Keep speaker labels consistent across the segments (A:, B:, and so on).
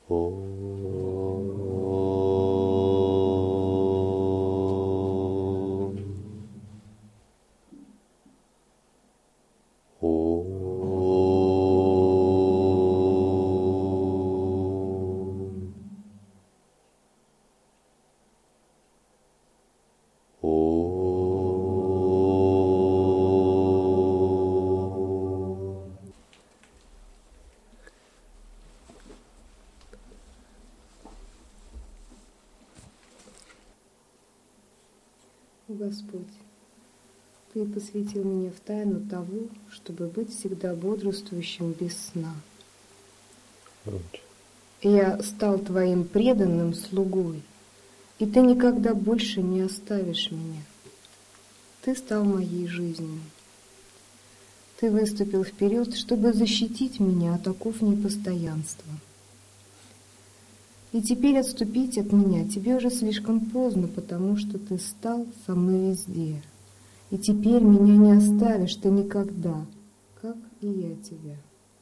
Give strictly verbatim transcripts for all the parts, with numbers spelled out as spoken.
A: Господь, Ты посвятил меня в тайну того, чтобы быть всегда бодрствующим без сна. Я стал Твоим преданным слугой, и Ты никогда больше не оставишь меня. Ты стал моей жизнью. Ты выступил вперед, чтобы защитить меня от оков непостоянства. И теперь отступить от меня тебе уже слишком поздно, потому что ты стал со мной везде. И теперь меня не оставишь ты никогда, как и я тебя.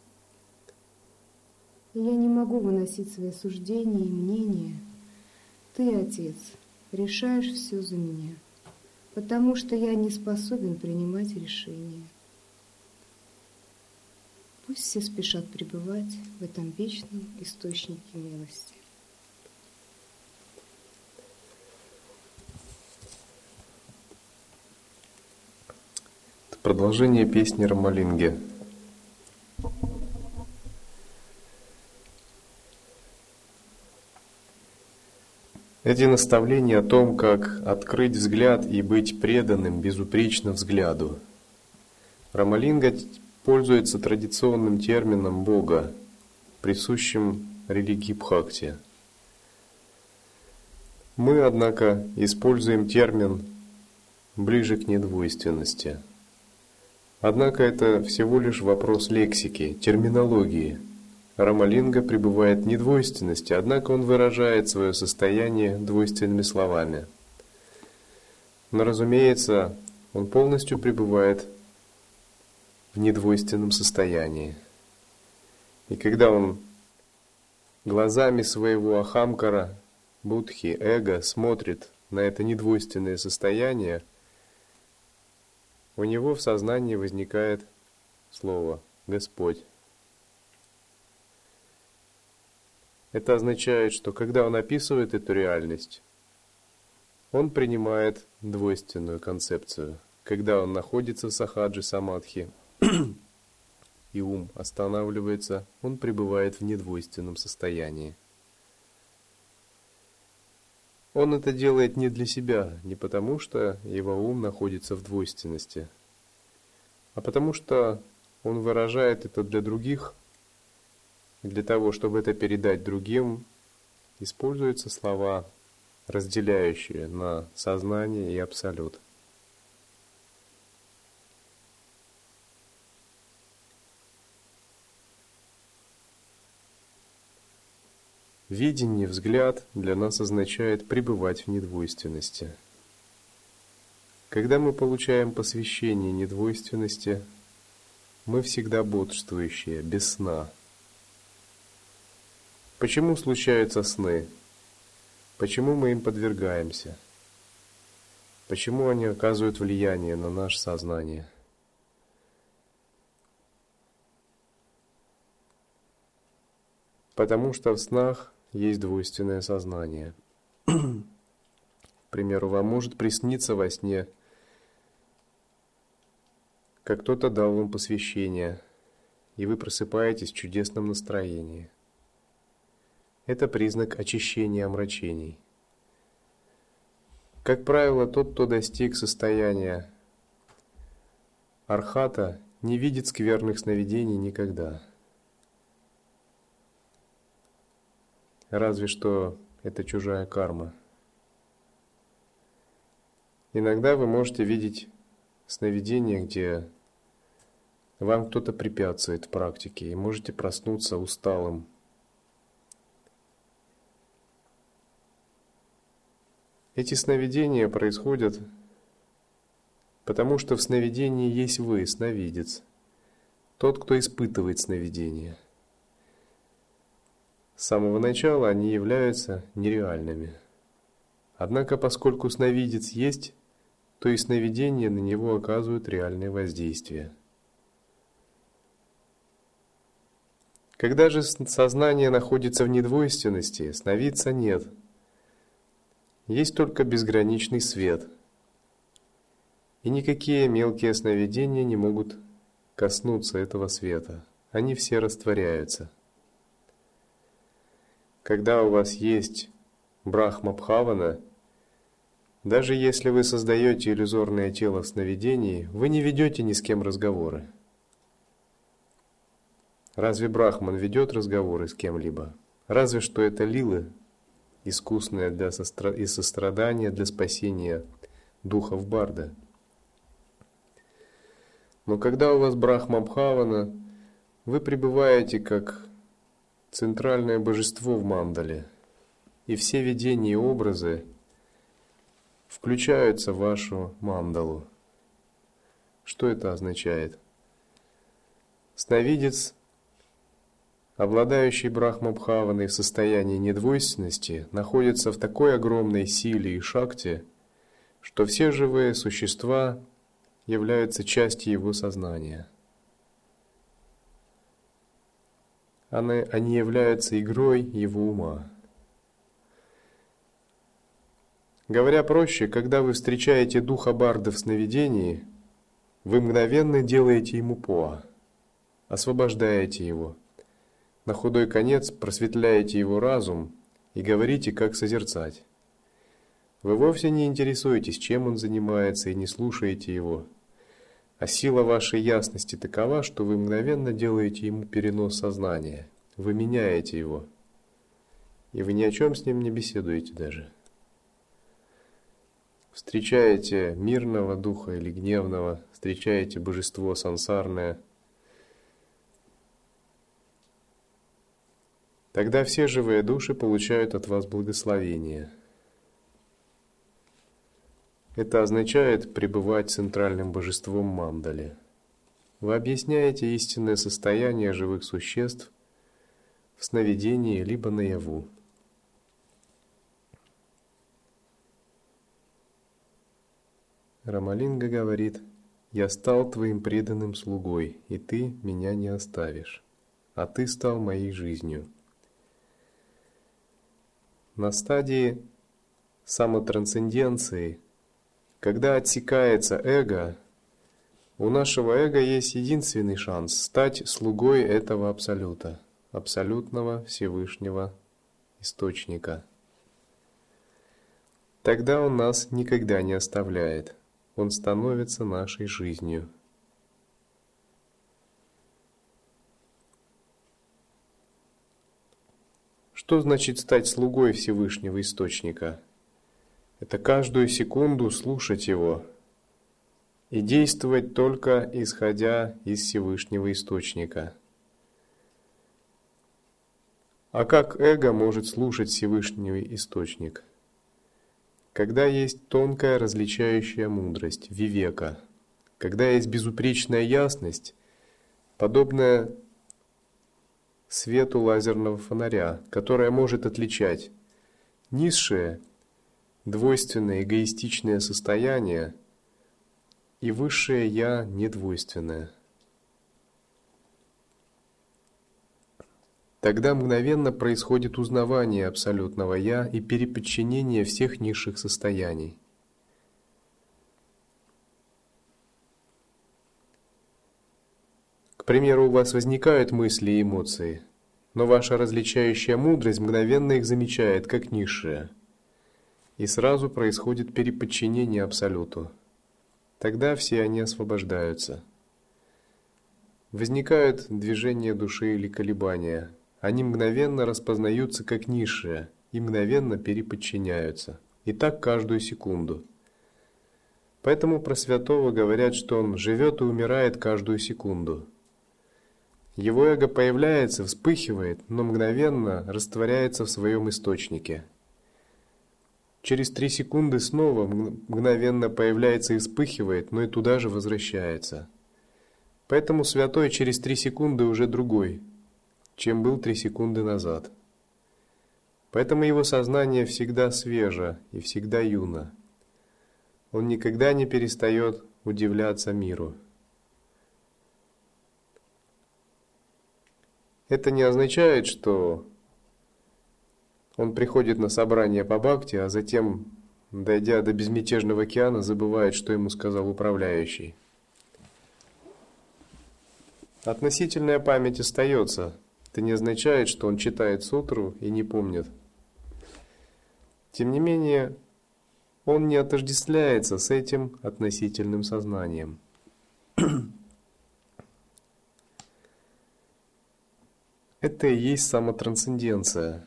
A: И я не могу выносить свои суждения и мнения. Ты, Отец, решаешь все за меня, потому что я не способен принимать решения. Пусть все спешат пребывать в этом вечном источнике милости.
B: Продолжение песни Рамалинги. Эти наставления о том, как открыть взгляд и быть преданным безупречно взгляду. Рамалинга пользуется традиционным термином Бога, присущим религии Бхакти. Мы, однако, используем термин ближе к недвойственности. Однако это всего лишь вопрос лексики, терминологии. Рамалинга пребывает в недвойственности, однако он выражает свое состояние двойственными словами. Но, разумеется, он полностью пребывает в недвойственном состоянии. И когда он глазами своего ахамкара, будхи, эго смотрит на это недвойственное состояние, у него в сознании возникает слово «Господь». Это означает, что когда он описывает эту реальность, он принимает двойственную концепцию. Когда он находится в сахаджи самадхи, и ум останавливается, он пребывает в недвойственном состоянии. Он это делает не для себя, не потому что его ум находится в двойственности, а потому что он выражает это для других, и для того, чтобы это передать другим, используются слова, разделяющие на сознание и абсолют. Видение, взгляд для нас означает пребывать в недвойственности. Когда мы получаем посвящение недвойственности, мы всегда бодрствующие, без сна. Почему случаются сны? Почему мы им подвергаемся? Почему они оказывают влияние на наше сознание? Потому что в снах есть двойственное сознание. К примеру, вам может присниться во сне, как кто-то дал вам посвящение, и вы просыпаетесь в чудесном настроении. Это признак очищения омрачений. Как правило, тот, кто достиг состояния архата, не видит скверных сновидений никогда. Разве что это чужая карма. Иногда вы можете видеть сновидения, где вам кто-то препятствует в практике, и можете проснуться усталым. Эти сновидения происходят потому, что в сновидении есть вы, сновидец, тот, кто испытывает сновидение. С самого начала они являются нереальными. Однако, поскольку сновидец есть, то и сновидения на него оказывают реальное воздействие. Когда же сознание находится в недвойственности, сновидца нет. Есть только безграничный свет. И никакие мелкие сновидения не могут коснуться этого света. Они все растворяются. Когда у вас есть Брахма-бхавана, даже если вы создаете иллюзорное тело в сновидении, вы не ведете ни с кем разговоры. Разве Брахман ведет разговоры с кем-либо? Разве что это лилы, искусные для состра... и сострадания для спасения духов Барда. Но когда у вас Брахма-бхавана, вы пребываете как центральное божество в мандале, и все видения и образы включаются в вашу мандалу. Что это означает? Сновидец, обладающий Брахма-бхаваной в состоянии недвойственности, находится в такой огромной силе и шакти, что все живые существа являются частью его сознания. Они, они являются игрой его ума. Говоря проще, когда вы встречаете духа Барда в сновидении, вы мгновенно делаете ему поа, освобождаете его. На худой конец просветляете его разум и говорите, как созерцать. Вы вовсе не интересуетесь, чем он занимается, и не слушаете его. А сила вашей ясности такова, что вы мгновенно делаете ему перенос сознания. Вы меняете его. И вы ни о чем с ним не беседуете даже. Встречаете мирного духа или гневного, встречаете божество сансарное. Тогда все живые души получают от вас благословение. Это означает пребывать центральным божеством мандали. Вы объясняете истинное состояние живых существ в сновидении либо наяву. Рамалинга говорит: «Я стал твоим преданным слугой, и ты меня не оставишь, а ты стал моей жизнью». На стадии самотрансценденции, когда отсекается эго, у нашего эго есть единственный шанс стать слугой этого Абсолюта, абсолютного Всевышнего Источника. Тогда он нас никогда не оставляет, он становится нашей жизнью. Что значит стать слугой Всевышнего Источника? Это каждую секунду слушать Его и действовать только исходя из Всевышнего Источника. А как эго может слушать Всевышний Источник? Когда есть тонкая различающая мудрость, вивека, когда есть безупречная ясность, подобная свету лазерного фонаря, которая может отличать низшее, двойственное, эгоистичное состояние и высшее «я» недвойственное. Тогда мгновенно происходит узнавание абсолютного «я» и переподчинение всех низших состояний. К примеру, у вас возникают мысли и эмоции, но ваша различающая мудрость мгновенно их замечает как низшие, и сразу происходит переподчинение Абсолюту. Тогда все они освобождаются. Возникают движения души или колебания. Они мгновенно распознаются как низшие и мгновенно переподчиняются. И так каждую секунду. Поэтому про святого говорят, что он живет и умирает каждую секунду. Его эго появляется, вспыхивает, но мгновенно растворяется в своем источнике. Через три секунды снова мгновенно появляется и вспыхивает, но и туда же возвращается. Поэтому святой через три секунды уже другой, чем был три секунды назад. Поэтому его сознание всегда свеже и всегда юно. Он никогда не перестает удивляться миру. Это не означает, что он приходит на собрание по бхакти, а затем, дойдя до безмятежного океана, забывает, что ему сказал управляющий. Относительная память остается. Это не означает, что он читает сутру и не помнит. Тем не менее, он не отождествляется с этим относительным сознанием. Это и есть самотрансценденция,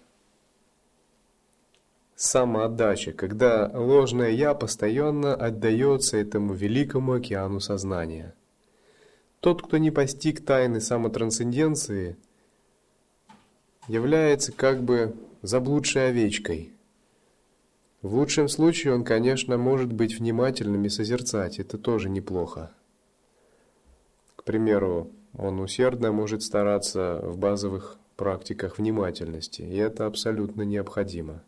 B: самоотдача, когда ложное «я» постоянно отдается этому великому океану сознания. Тот, кто не постиг тайны самотрансценденции, является как бы заблудшей овечкой. В лучшем случае он, конечно, может быть внимательным и созерцать, это тоже неплохо. К примеру, он усердно может стараться в базовых практиках внимательности, и это абсолютно необходимо.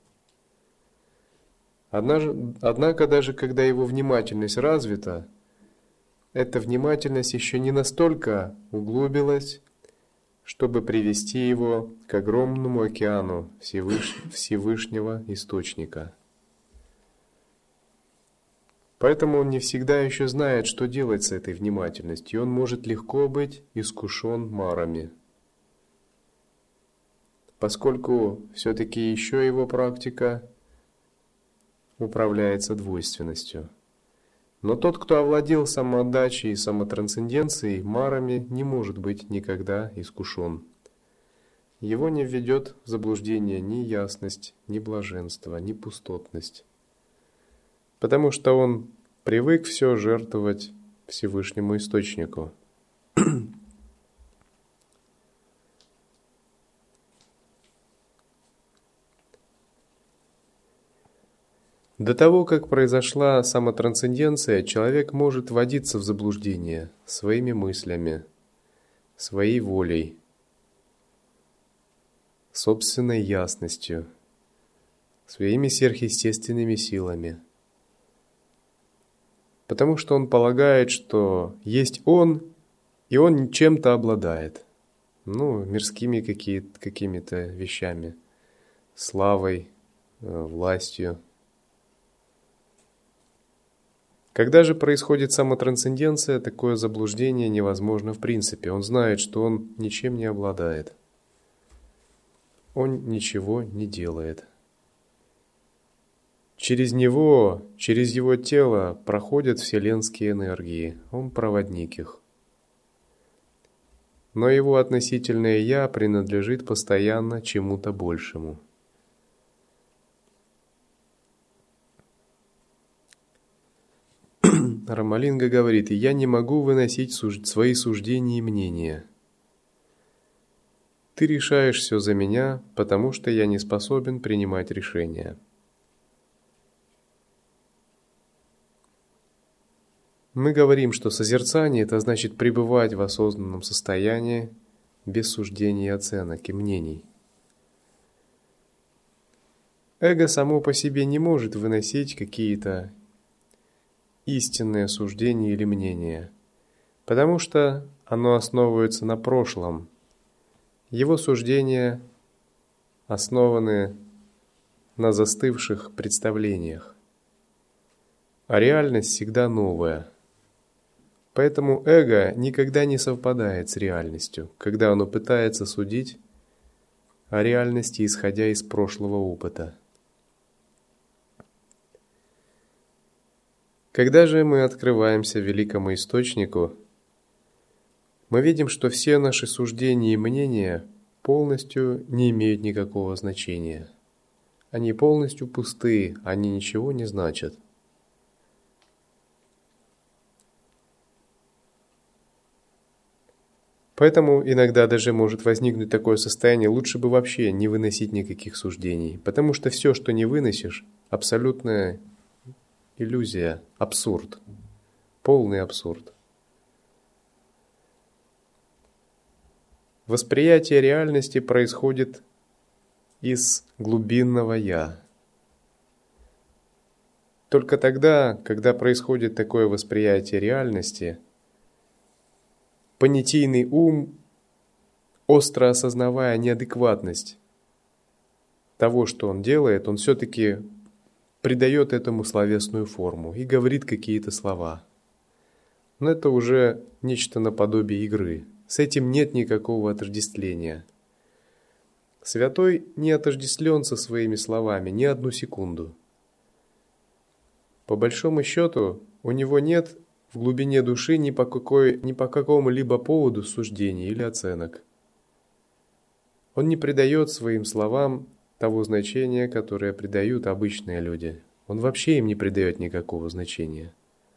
B: Однако, даже когда его внимательность развита, эта внимательность еще не настолько углубилась, чтобы привести его к огромному океану Всевыш... Всевышнего Источника. Поэтому он не всегда еще знает, что делать с этой внимательностью, и он может легко быть искушен марами. Поскольку все-таки еще его практика управляется двойственностью. Но тот, кто овладел самоотдачей и самотрансценденцией, марами не может быть никогда искушен. Его не введет в заблуждение ни ясность, ни блаженство, ни пустотность. Потому что он привык все жертвовать Всевышнему Источнику. До того, как произошла самотрансценденция, человек может вводиться в заблуждение своими мыслями, своей волей, собственной ясностью, своими сверхъестественными силами. Потому что он полагает, что есть он, и он чем-то обладает. Ну, мирскими какими-то вещами, славой, властью. Когда же происходит самотрансценденция, такое заблуждение невозможно в принципе. Он знает, что он ничем не обладает. Он ничего не делает. Через него, через его тело проходят вселенские энергии. Он проводник их. Но его относительное «я» принадлежит постоянно чему-то большему. Рамалинга говорит: «Я не могу выносить суж... свои суждения и мнения. Ты решаешь все за меня, потому что я не способен принимать решения». Мы говорим, что созерцание – это значит пребывать в осознанном состоянии, без суждений, оценок и мнений. Эго само по себе не может выносить какие-то истинное суждение или мнение, потому что оно основывается на прошлом. Его суждения основаны на застывших представлениях, а реальность всегда новая. Поэтому эго никогда не совпадает с реальностью, когда оно пытается судить о реальности, исходя из прошлого опыта. Когда же мы открываемся великому источнику, мы видим, что все наши суждения и мнения полностью не имеют никакого значения. Они полностью пустые, они ничего не значат. Поэтому иногда даже может возникнуть такое состояние: лучше бы вообще не выносить никаких суждений, потому что все, что не выносишь, абсолютная иллюзия, абсурд, полный абсурд. Восприятие реальности происходит из глубинного «я». Только тогда, когда происходит такое восприятие реальности, понятийный ум, остро осознавая неадекватность того, что он делает, он все-таки придает этому словесную форму и говорит какие-то слова. Но это уже нечто наподобие игры. С этим нет никакого отождествления. Святой не отождествлен со своими словами ни одну секунду. По большому счету, у него нет в глубине души ни по, какой, ни по какому-либо поводу суждений или оценок. Он не придает своим словам того значения, которое придают обычные люди. Он вообще им не придает никакого значения.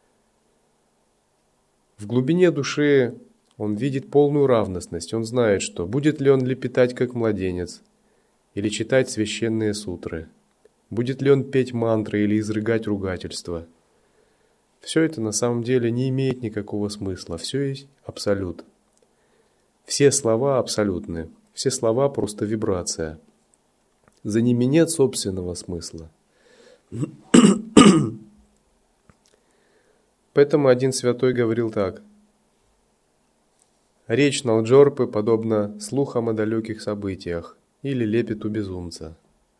B: В глубине души он видит полную равностность. Он знает, что будет ли он лепетать как младенец или читать священные сутры. Будет ли он петь мантры или изрыгать ругательства? Все это на самом деле не имеет никакого смысла. Все есть абсолют. Все слова абсолютны. Все слова просто вибрация. За ними нет собственного смысла. Поэтому один святой говорил так. Речь Налджорпы подобна слухам о далеких событиях или лепету безумца.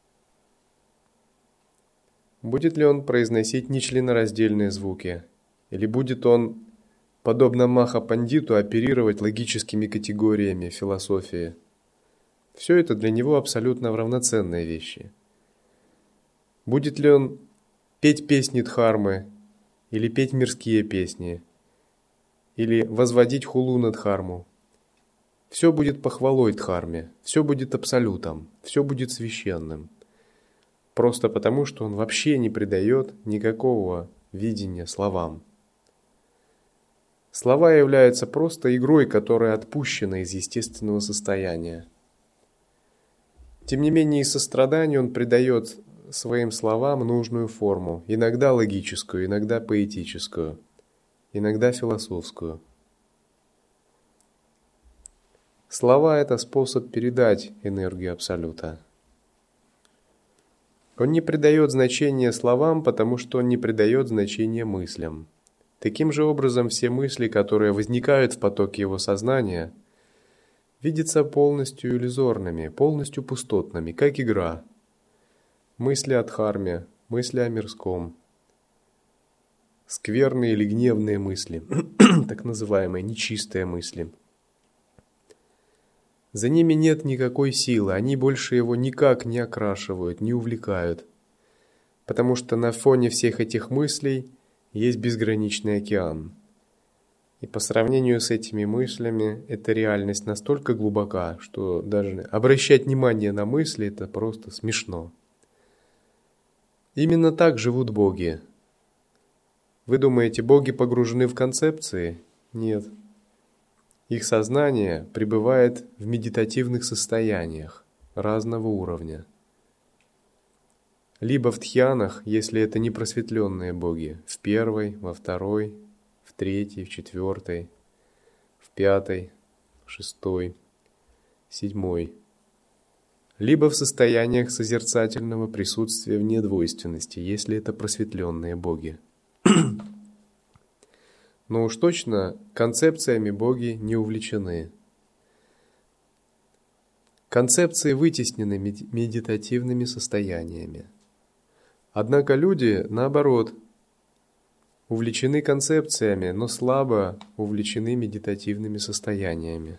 B: Будет ли он произносить нечленораздельные звуки? Или будет он, подобно Маха-пандиту, оперировать логическими категориями философии? Все это для него абсолютно равноценные вещи. Будет ли он петь песни Дхармы, или петь мирские песни, или возводить хулу на Дхарму? Все будет похвалой Дхарме, все будет абсолютом, все будет священным. Просто потому, что он вообще не придает никакого видения словам. Слова являются просто игрой, которая отпущена из естественного состояния. Тем не менее, из сострадания он придает своим словам нужную форму, иногда логическую, иногда поэтическую, иногда философскую. Слова – это способ передать энергию Абсолюта. Он не придает значения словам, потому что он не придает значения мыслям. Таким же образом, все мысли, которые возникают в потоке его сознания, видятся полностью иллюзорными, полностью пустотными, как игра. Мысли о Дхарме, мысли о мирском, скверные или гневные мысли, так называемые нечистые мысли. За ними нет никакой силы, они больше его никак не окрашивают, не увлекают, потому что на фоне всех этих мыслей есть безграничный океан. И по сравнению с этими мыслями, эта реальность настолько глубока, что даже обращать внимание на мысли – это просто смешно. Именно так живут боги. Вы думаете, боги погружены в концепции? Нет. Их сознание пребывает в медитативных состояниях разного уровня. Либо в дхьянах, если это не просветленные боги, в первой, во второй, в третьей, в четвертой, в пятой, в шестой, седьмой. Либо в состояниях созерцательного присутствия в недвойственности, если это просветленные боги. Но уж точно концепциями боги не увлечены. Концепции вытеснены медитативными состояниями. Однако люди, наоборот, увлечены концепциями, но слабо увлечены медитативными состояниями.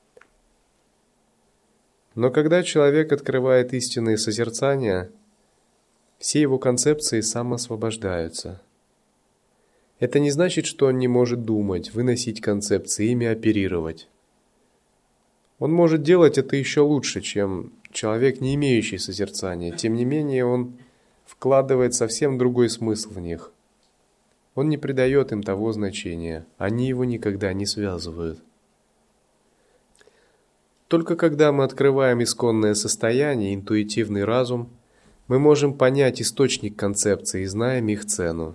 B: Но когда человек открывает истинные созерцания, все его концепции самоосвобождаются. Это не значит, что он не может думать, выносить концепции, ими оперировать. Он может делать это еще лучше, чем человек, не имеющий созерцания. Тем не менее, он вкладывает совсем другой смысл в них. Он не придает им того значения, они его никогда не связывают. Только когда мы открываем исконное состояние, интуитивный разум, мы можем понять источник концепции и знаем их цену.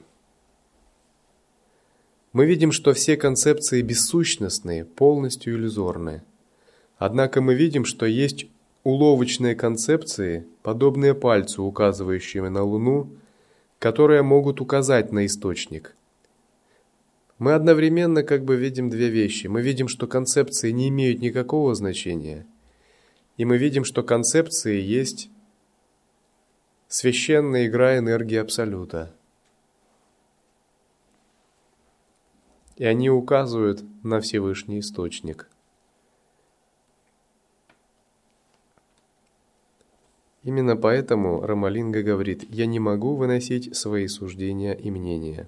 B: Мы видим, что все концепции бессущностные, полностью иллюзорны. Однако мы видим, что есть уловочные концепции, подобные пальцу, указывающему на Луну, которые могут указать на источник. Мы одновременно как бы видим две вещи. Мы видим, что концепции не имеют никакого значения, и мы видим, что концепции есть священная игра энергии Абсолюта. И они указывают на Всевышний Источник. Именно поэтому Рамалинга говорит: «Я не могу выносить свои суждения и мнения».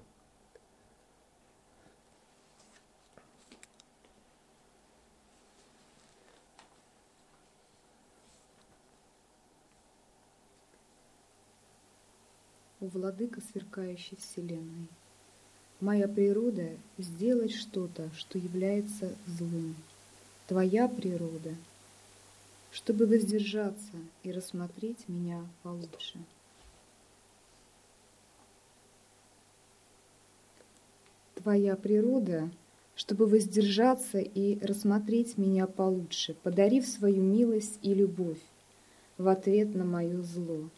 A: О владыка сверкающей вселенной, моя природа — сделать что-то, что является злым. Твоя природа — чтобы воздержаться и рассмотреть меня получше. Твоя природа — чтобы воздержаться и рассмотреть меня получше, подарив свою милость и любовь в ответ на мое зло.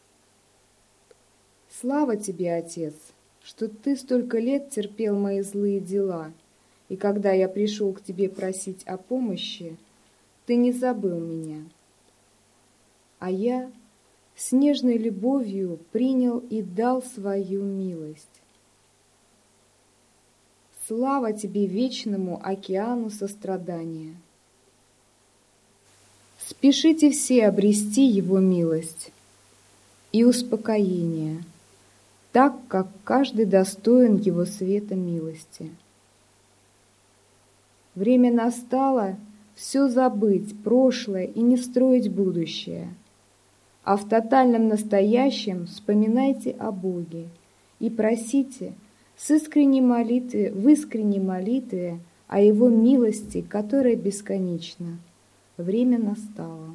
A: Слава тебе, Отец, что ты столько лет терпел мои злые дела, и когда я пришел к тебе просить о помощи, ты не забыл меня. А я с нежной любовью принял и дал свою милость. Слава тебе, вечному океану сострадания! Спешите все обрести его милость и успокоение, так как каждый достоин его света милости. Время настало все забыть, прошлое, и не строить будущее. А в тотальном настоящем вспоминайте о Боге и просите с искренней молитвы, в искренней молитве о Его милости, которая бесконечна. Время настало.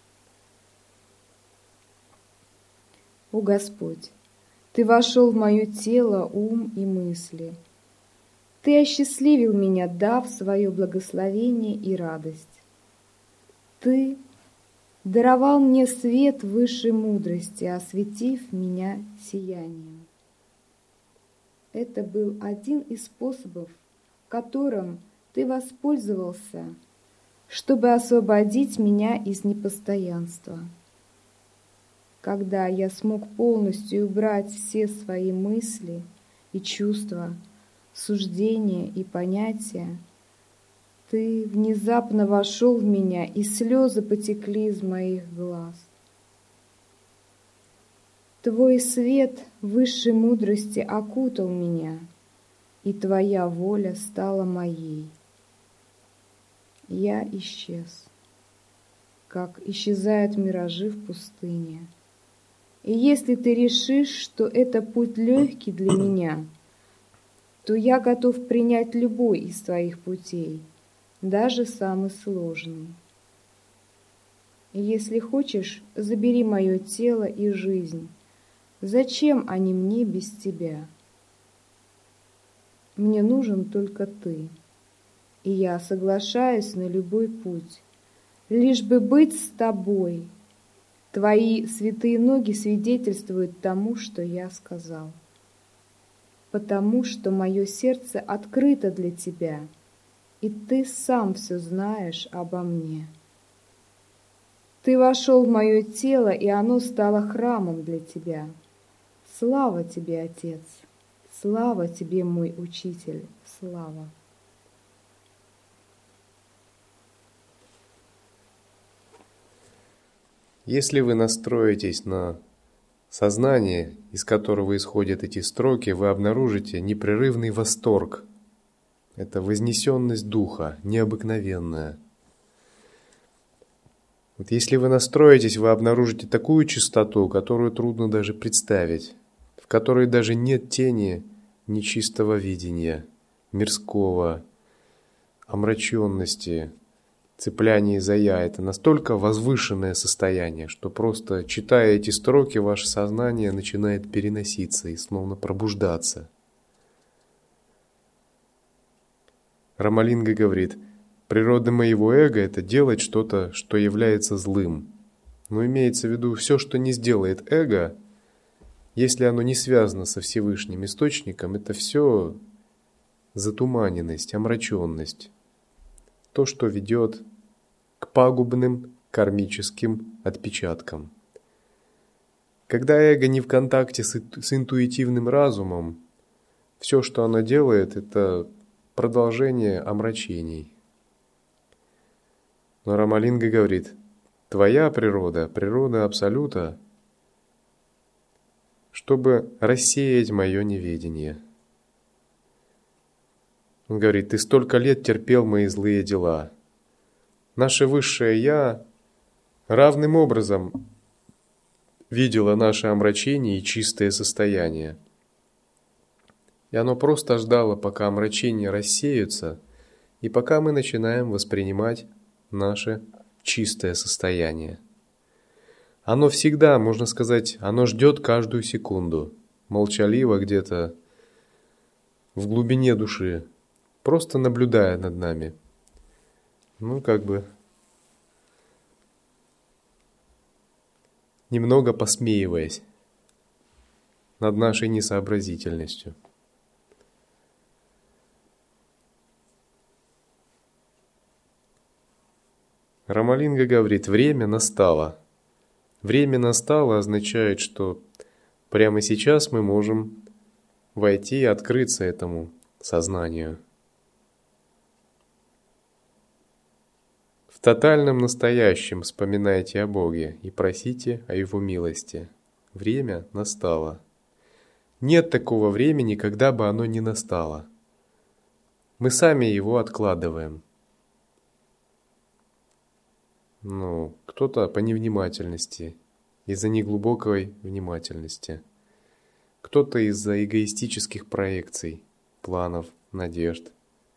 A: О Господь, Ты вошел в мое тело, ум и мысли. Ты осчастливил меня, дав свое благословение и радость. Ты даровал мне свет высшей мудрости, осветив меня сиянием. Это был один из способов, которым Ты воспользовался, чтобы освободить меня из непостоянства. Когда я смог полностью убрать все свои мысли и чувства, суждения и понятия, Ты внезапно вошел в меня, и слезы потекли из моих глаз. Твой свет высшей мудрости окутал меня, и Твоя воля стала моей. Я исчез, как исчезают миражи в пустыне. И если Ты решишь, что это путь легкий для меня, то я готов принять любой из Твоих путей, даже самый сложный. И если хочешь, забери мое тело и жизнь. Зачем они мне без Тебя? Мне нужен только Ты, и я соглашаюсь на любой путь, лишь бы быть с Тобой. Твои святые ноги свидетельствуют тому, что я сказал, потому что мое сердце открыто для Тебя, и Ты сам все знаешь обо мне. Ты вошел в мое тело, и оно стало храмом для Тебя. Слава Тебе, Отец! Слава Тебе, мой Учитель! Слава!
B: Если вы настроитесь на сознание, из которого исходят эти строки, вы обнаружите непрерывный восторг. Это вознесенность духа, необыкновенная. Вот если вы настроитесь, вы обнаружите такую чистоту, которую трудно даже представить, в которой даже нет тени нечистого видения, мирского, омраченности, цепляния за «я». Это настолько возвышенное состояние, что просто читая эти строки, ваше сознание начинает переноситься и словно пробуждаться. Рамалинга говорит: природа моего эго — это делать что-то, что является злым, Но имеется в виду все, что не сделает эго, если оно не связано со Всевышним Источником, это все затуманенность, омраченность. То, что ведет к пагубным кармическим отпечаткам. Когда эго не в контакте с, с интуитивным разумом, все, что оно делает, это продолжение омрачений. Но Рамалинга говорит, твоя природа, природа Абсолюта, чтобы рассеять мое неведение. Он говорит, ты столько лет терпел мои злые дела. Наше высшее Я равным образом видело наше омрачение и чистое состояние. И оно просто ждало, пока омрачения рассеются, и пока мы начинаем воспринимать наше чистое состояние. Оно всегда, можно сказать, оно ждет каждую секунду, молчаливо где-то в глубине души, просто наблюдая над нами. Ну, как бы немного посмеиваясь над нашей несообразительностью. Рамалинга говорит, время настало. Время настало означает, что прямо сейчас мы можем войти и открыться этому сознанию. В тотальном настоящем вспоминайте о Боге и просите о Его милости. Время настало. Нет такого времени, когда бы оно не настало. Мы сами его откладываем. Ну, кто-то по невнимательности, из-за неглубокой внимательности. Кто-то из-за эгоистических проекций, планов, надежд.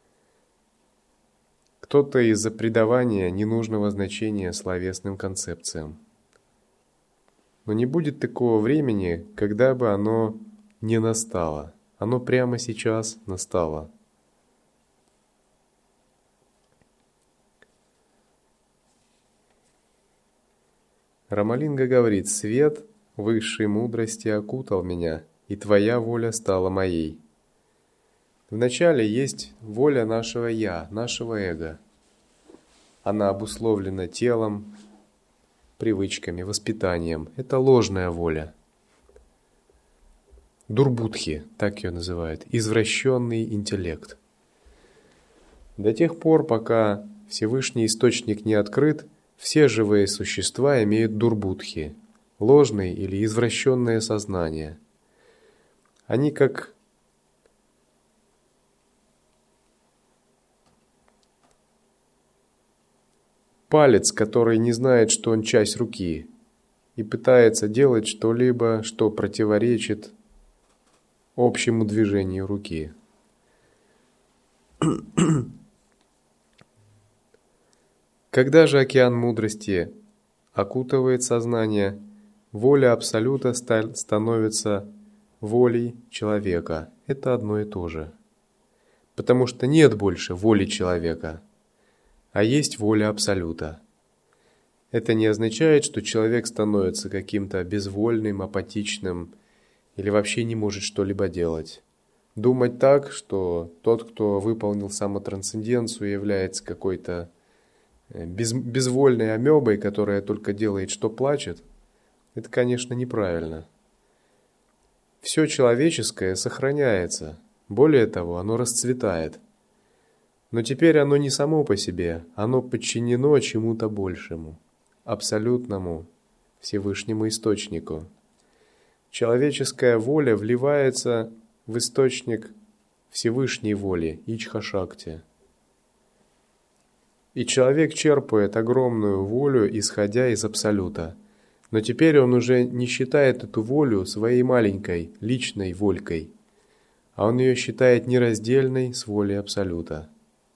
B: Кто-то из-за придавания ненужного значения словесным концепциям. Но не будет такого времени, когда бы оно не настало. Оно прямо сейчас настало. Рамалинга говорит, свет высшей мудрости окутал меня, и твоя воля стала моей. Вначале есть воля нашего «я», нашего эго. Она обусловлена телом, привычками, воспитанием. Это ложная воля. Дурбудхи, так ее называют, извращенный интеллект. До тех пор, пока Всевышний Источник не открыт, все живые существа имеют дурбудхи, ложное или извращенное сознание. Они как палец, который не знает, что он часть руки, и пытается делать что-либо, что противоречит общему движению руки. Когда же океан мудрости окутывает сознание, воля Абсолюта становится волей человека. Это одно и то же. Потому что нет больше воли человека, а есть воля Абсолюта. Это не означает, что человек становится каким-то безвольным, апатичным или вообще не может что-либо делать. Думать так, что тот, кто выполнил самотрансценденцию, является какой-то без, безвольной амебой, которая только делает, что плачет, это, конечно, неправильно. Все человеческое сохраняется, более того, оно расцветает. Но теперь оно не само по себе, оно подчинено чему-то большему, абсолютному, Всевышнему Источнику. Человеческая воля вливается в источник Всевышней воли, Ичха-шакти. И человек черпает огромную волю, исходя из Абсолюта. Но теперь он уже не считает эту волю своей маленькой, личной волькой, а он ее считает нераздельной с волей Абсолюта.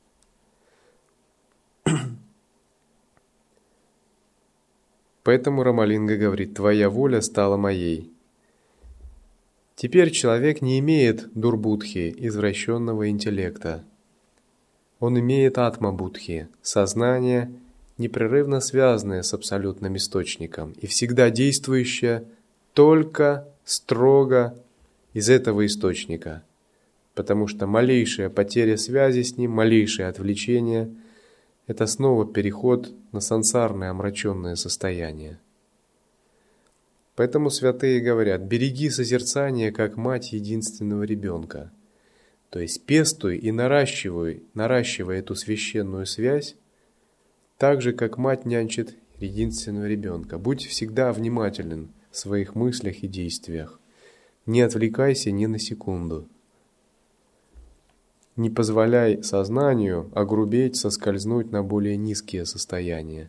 B: Поэтому Рамалинга говорит, твоя воля стала моей. Теперь человек не имеет дурбудхи, извращенного интеллекта. Он имеет атма-будхи, сознание непрерывно связанная с абсолютным источником и всегда действующая только строго из этого источника, потому что малейшая потеря связи с ним, малейшее отвлечение – это снова переход на сансарное омраченное состояние. Поэтому святые говорят: береги созерцание, как мать единственного ребенка. То есть пестуй и наращивай, наращивай эту священную связь, так же, как мать нянчит единственного ребенка. Будь всегда внимателен в своих мыслях и действиях. Не отвлекайся ни на секунду. Не позволяй сознанию огрубеть, соскользнуть на более низкие состояния.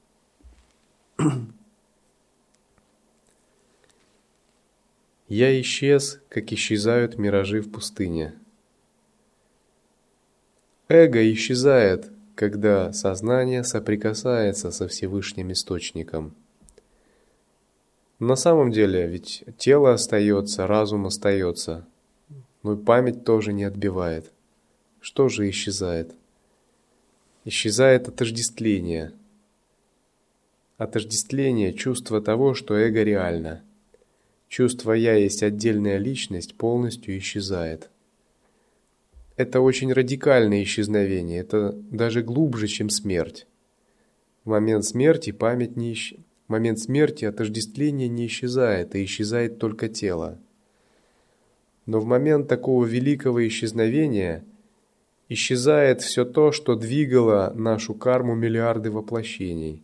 B: Я исчез, как исчезают миражи в пустыне. Эго исчезает, когда сознание соприкасается со Всевышним Источником. На самом деле, ведь тело остается, разум остается, но и память тоже не отбивает. Что же исчезает? Исчезает отождествление. Отождествление, чувство того, что эго реально. Чувство «я» есть отдельная личность полностью исчезает. Это очень радикальное исчезновение, это даже глубже, чем смерть. В момент смерти память не исч... В момент смерти отождествление не исчезает, а исчезает только тело. Но в момент такого великого исчезновения исчезает все то, что двигало нашу карму миллиарды воплощений.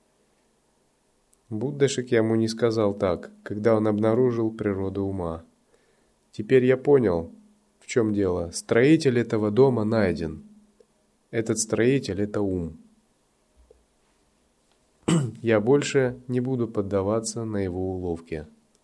B: Будда Шакьямуни сказал так, когда он обнаружил природу ума. Теперь я понял, в чем дело. Строитель этого дома найден. Этот строитель – это ум. Я больше не буду поддаваться на его уловки.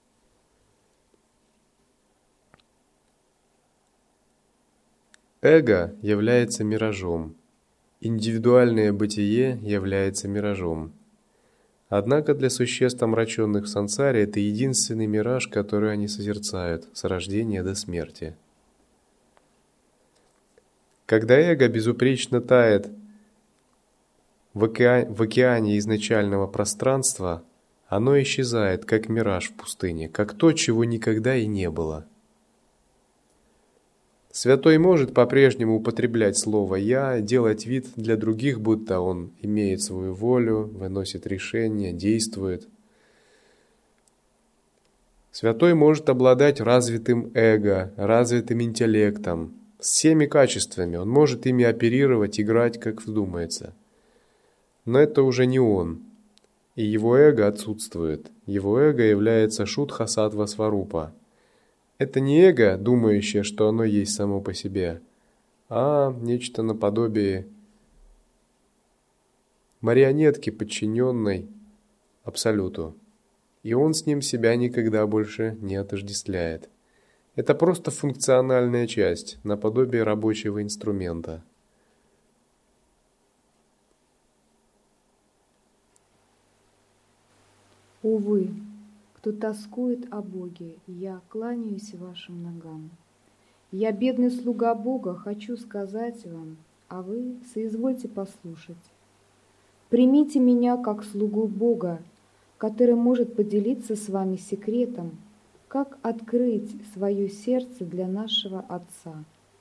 B: Эго является миражом. Индивидуальное бытие является миражом. Однако для существ, омраченных в сансаре, это единственный мираж, который они созерцают с рождения до смерти. Когда эго безупречно тает в океане, в океане изначального пространства, оно исчезает, как мираж в пустыне, как то, чего никогда и не было. Святой может по-прежнему употреблять слово «я», делать вид для других, будто он имеет свою волю, выносит решения, действует. Святой может обладать развитым эго, развитым интеллектом, с всеми качествами, он может ими оперировать, играть, как вздумается. Но это уже не он, и его эго отсутствует. Его эго является шудха саттва сварупа. Это не эго, думающее, что оно есть само по себе, а нечто наподобие марионетки, подчиненной Абсолюту. И он с ним себя никогда больше не отождествляет. Это просто функциональная часть, наподобие рабочего инструмента.
A: Увы, кто тоскует о Боге, я кланяюсь вашим ногам. Я, бедный слуга Бога, хочу сказать вам, а вы соизвольте послушать. Примите меня как слугу Бога, который может поделиться с вами секретом, как открыть свое сердце для нашего Отца.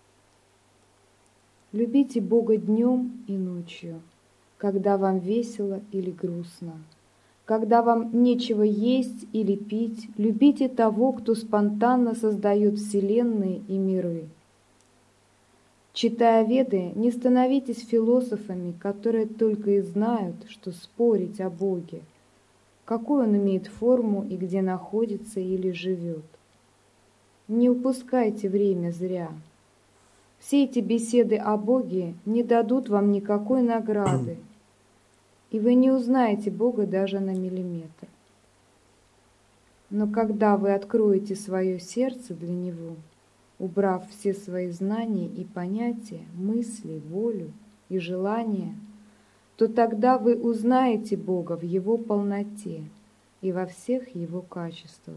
A: Любите Бога днем и ночью, когда вам весело или грустно. Когда вам нечего есть или пить, любите того, кто спонтанно создает вселенные и миры. Читая Веды, не становитесь философами, которые только и знают, что спорить о Боге, какую он имеет форму и где находится или живет. Не упускайте время зря. Все эти беседы о Боге не дадут вам никакой награды, и вы не узнаете Бога даже на миллиметр. Но когда вы откроете свое сердце для Него, убрав все свои знания и понятия, мысли, волю и желания, то тогда вы узнаете Бога в Его полноте и во всех Его качествах.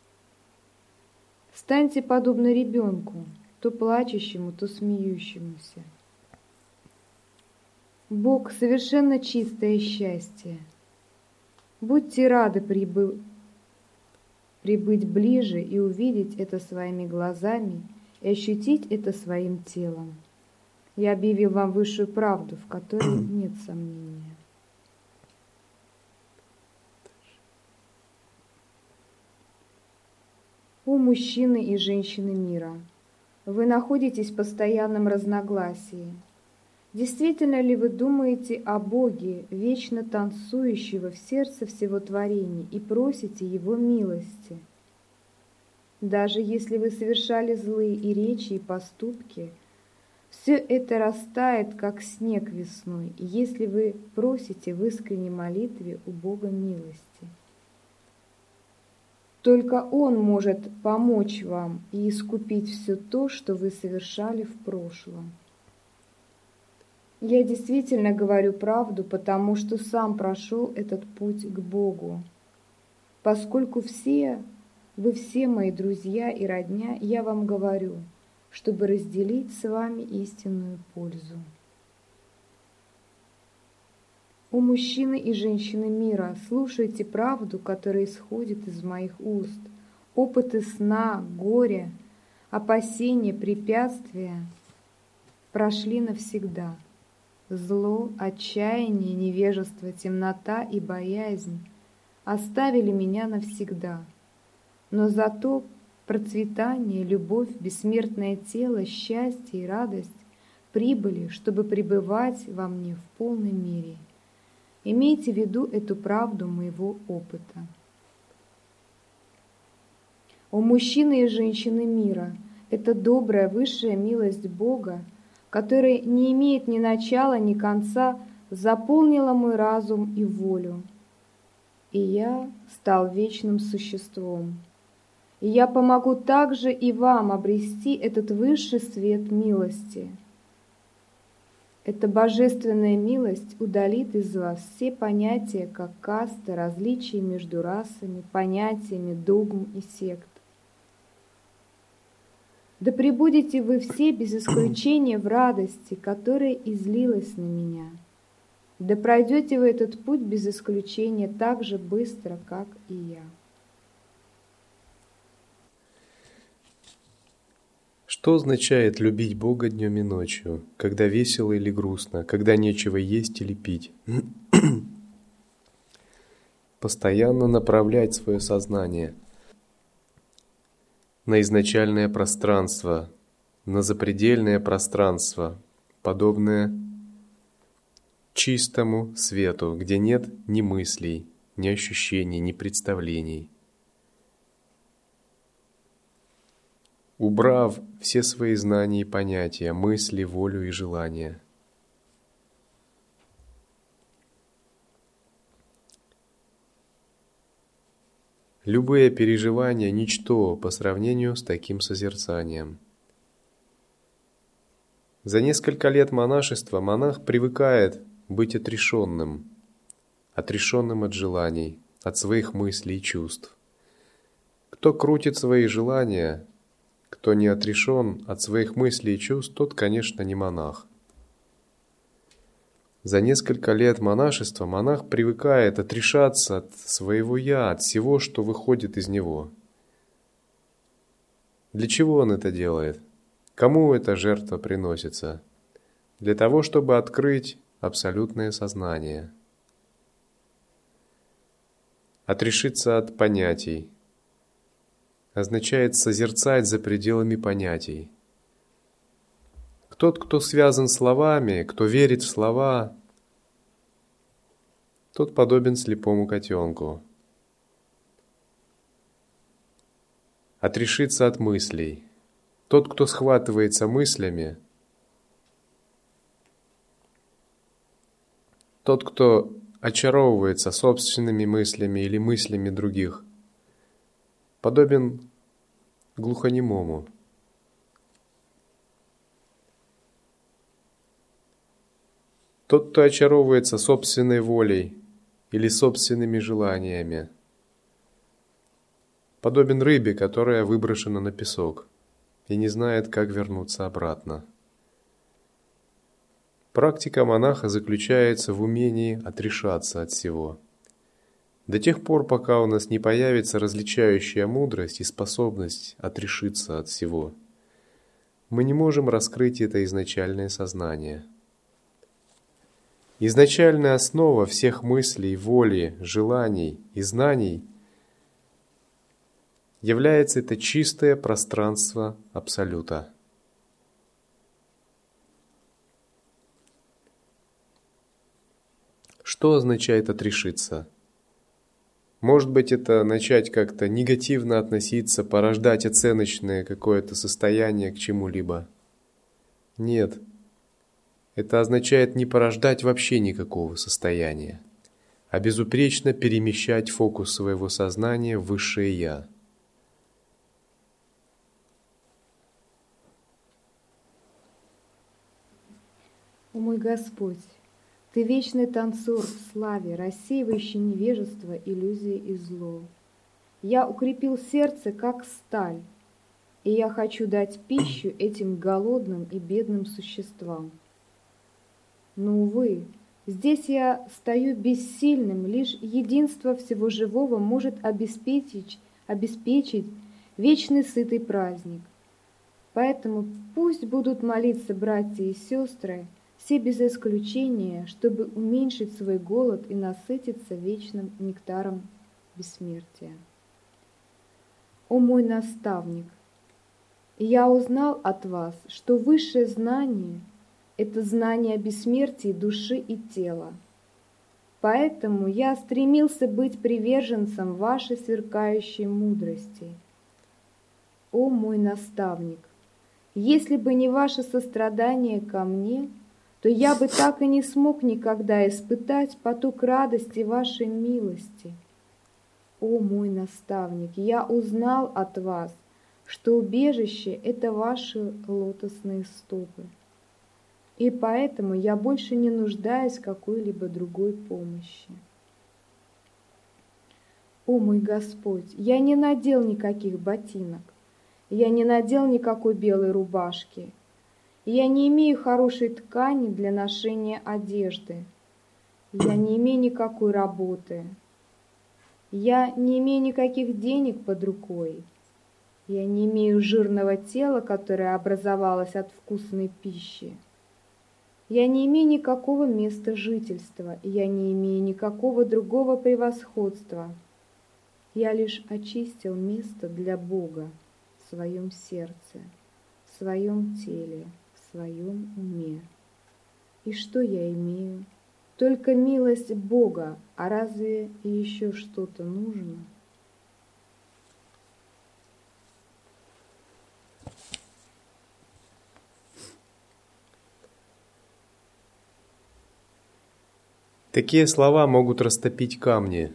A: Станьте подобны ребенку, то плачущему, то смеющемуся. Бог — совершенно чистое счастье. Будьте рады прибы... прибыть ближе и увидеть это своими глазами и ощутить это своим телом. Я объявил вам высшую правду, в которой нет сомнения. О мужчины и женщины мира! Вы находитесь в постоянном разногласии. Действительно ли вы думаете о Боге, вечно танцующего в сердце всего творения, и просите Его милости? Даже если вы совершали злые и речи, и поступки, все это растает, как снег весной, если вы просите в искренней молитве у Бога милости. Только Он может помочь вам и искупить все то, что вы совершали в прошлом. Я действительно говорю правду, потому что сам прошел этот путь к Богу. Поскольку все, вы все мои друзья и родня, я вам говорю, чтобы разделить с вами истинную пользу. О мужчины и женщины мира, слушайте правду, которая исходит из моих уст. Опыты сна, горя, опасения, препятствия прошли навсегда. Зло, отчаяние, невежество, темнота и боязнь оставили меня навсегда. Но зато процветание, любовь, бессмертное тело, счастье и радость прибыли, чтобы пребывать во мне в полной мере. Имейте в виду эту правду моего опыта. О мужчины и женщины мира! Это добрая высшая милость Бога, которая не имеет ни начала, ни конца, заполнила мой разум и волю. И я стал вечным существом. И я помогу также и вам обрести этот высший свет милости. Эта божественная милость удалит из вас все понятия, как касты, различия между расами, понятиями, догм и сект. Да пребудете вы все без исключения в радости, которая излилась на меня. Да пройдете вы этот путь без исключения так же быстро, как и я.
B: Что означает любить Бога днем и ночью, когда весело или грустно, когда нечего есть или пить? Постоянно направлять свое сознание на изначальное пространство, на запредельное пространство, подобное чистому свету, где нет ни мыслей, ни ощущений, ни представлений. Убрав все свои знания и понятия, мысли, волю и желания. Любые переживания – ничто по сравнению с таким созерцанием. За несколько лет монашества монах привыкает быть отрешенным, отрешенным от желаний, от своих мыслей и чувств. Кто крутит свои желания, кто не отрешен от своих мыслей и чувств, тот, конечно, не монах. За несколько лет монашества монах привыкает отрешаться от своего «я», от всего, что выходит из него. Для чего он это делает? Кому эта жертва приносится? Для того, чтобы открыть абсолютное сознание. Отрешиться от понятий означает созерцать за пределами понятий. Тот, кто связан словами, кто верит в слова, тот подобен слепому котенку. Отрешиться от мыслей. Тот, кто схватывается мыслями, тот, кто очаровывается собственными мыслями или мыслями других, подобен глухонемому. Тот, кто очаровывается собственной волей или собственными желаниями, подобен рыбе, которая выброшена на песок и не знает, как вернуться обратно. Практика монаха заключается в умении отрешаться от всего. До тех пор, пока у нас не появится различающая мудрость и способность отрешиться от всего, мы не можем раскрыть это изначальное сознание. Изначальная основа всех мыслей, воли, желаний и знаний является это чистое пространство Абсолюта. Что означает отрешиться? Может быть, это начать как-то негативно относиться, порождать оценочное какое-то состояние к чему-либо? Нет. Это означает не порождать вообще никакого состояния, а безупречно перемещать фокус своего сознания в Высшее Я.
A: О мой Господь, Ты вечный танцор в славе, рассеивающий невежество, иллюзии и зло. Я укрепил сердце, как сталь, и я хочу дать пищу этим голодным и бедным существам. Но, увы, здесь я стою бессильным, лишь единство всего живого может обеспечить, обеспечить вечный сытый праздник. Поэтому пусть будут молиться братья и сестры, все без исключения, чтобы уменьшить свой голод и насытиться вечным нектаром бессмертия. О мой наставник! Я узнал от вас, что высшее знание – это знание о бессмертии души и тела. Поэтому я стремился быть приверженцем вашей сверкающей мудрости. О мой наставник! Если бы не ваше сострадание ко мне, то я бы так и не смог никогда испытать поток радости вашей милости. О мой наставник, я узнал от вас, что убежище – это ваши лотосные стопы. И поэтому я больше не нуждаюсь в какой-либо другой помощи. О мой Господь, я не надел никаких ботинок, я не надел никакой белой рубашки, я не имею хорошей ткани для ношения одежды, я не имею никакой работы, я не имею никаких денег под рукой, я не имею жирного тела, которое образовалось от вкусной пищи, я не имею никакого места жительства, я не имею никакого другого превосходства, я лишь очистил место для Бога в своем сердце, в своем теле, в своем уме. И что я имею? Только милость Бога, а разве еще что-то нужно?
B: Такие слова могут растопить камни.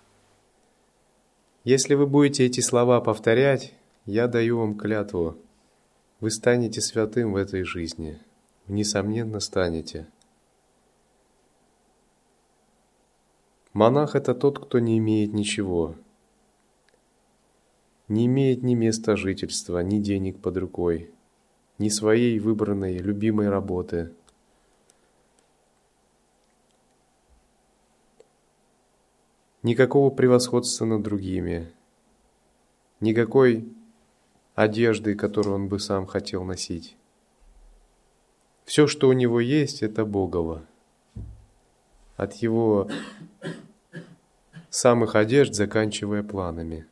B: Если вы будете эти слова повторять, я даю вам клятву, вы станете святым в этой жизни, вы несомненно станете. Монах – это тот, кто не имеет ничего, не имеет ни места жительства, ни денег под рукой, ни своей выбранной, любимой работы. Никакого превосходства над другими, никакой одежды, которую он бы сам хотел носить. Все, что у него есть, это Богово. От его самых одежд, заканчивая планами.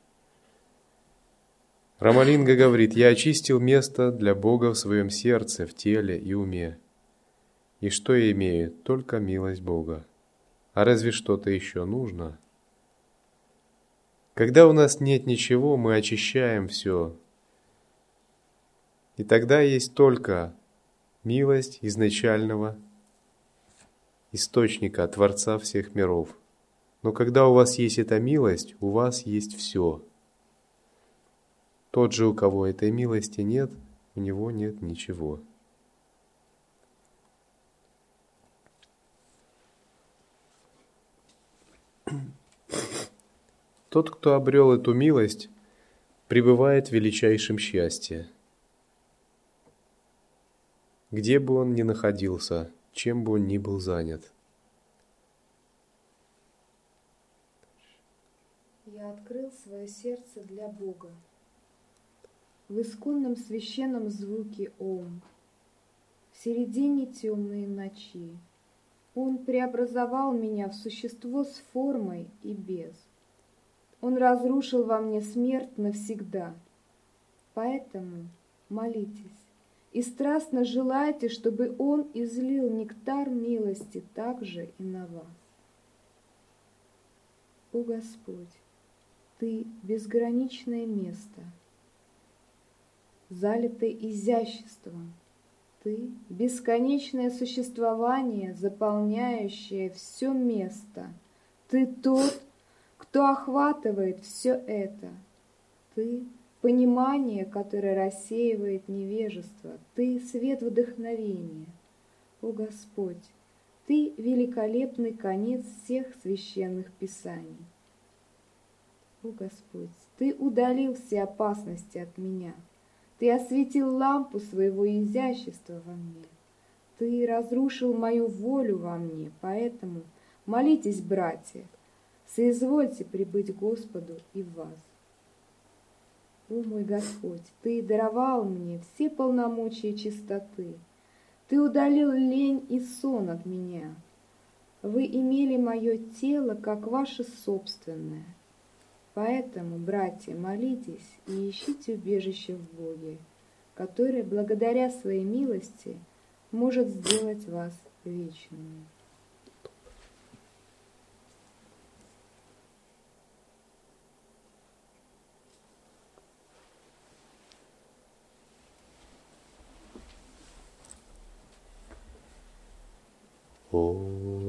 B: Рамалинга говорит: «Я очистил место для Бога в своем сердце, в теле и уме. И что я имею? Только милость Бога. А разве что-то еще нужно?» Когда у нас нет ничего, мы очищаем все. И тогда есть только милость изначального источника, Творца всех миров. Но когда у вас есть эта милость, у вас есть все. Тот же, у кого этой милости нет, у него нет ничего. Тот, кто обрел эту милость, пребывает в величайшем счастье. Где бы он ни находился, чем бы он ни был занят.
A: Я открыл свое сердце для Бога. В исконном священном звуке Ом, в середине темной ночи, Он преобразовал меня в существо с формой и без. Он разрушил во мне смерть навсегда. Поэтому молитесь и страстно желайте, чтобы Он излил нектар милости также и на вас. О Господь, Ты безграничное место, залитое изяществом. Ты — бесконечное существование, заполняющее все место. Ты тот, кто охватывает все это. Ты — понимание, которое рассеивает невежество. Ты — свет вдохновения. О Господь, Ты — великолепный конец всех священных писаний. О Господь, Ты удалил все опасности от меня. Ты осветил лампу своего изящества во мне. Ты разрушил мою волю во мне, поэтому молитесь, братья, соизвольте прибыть Господу и в вас. О мой Господь, Ты даровал мне все полномочия чистоты. Ты удалил лень и сон от меня. Вы имели мое тело, как ваше собственное. Поэтому, братья, молитесь и ищите убежище в Боге, который, благодаря своей милости, может сделать вас вечными.
B: О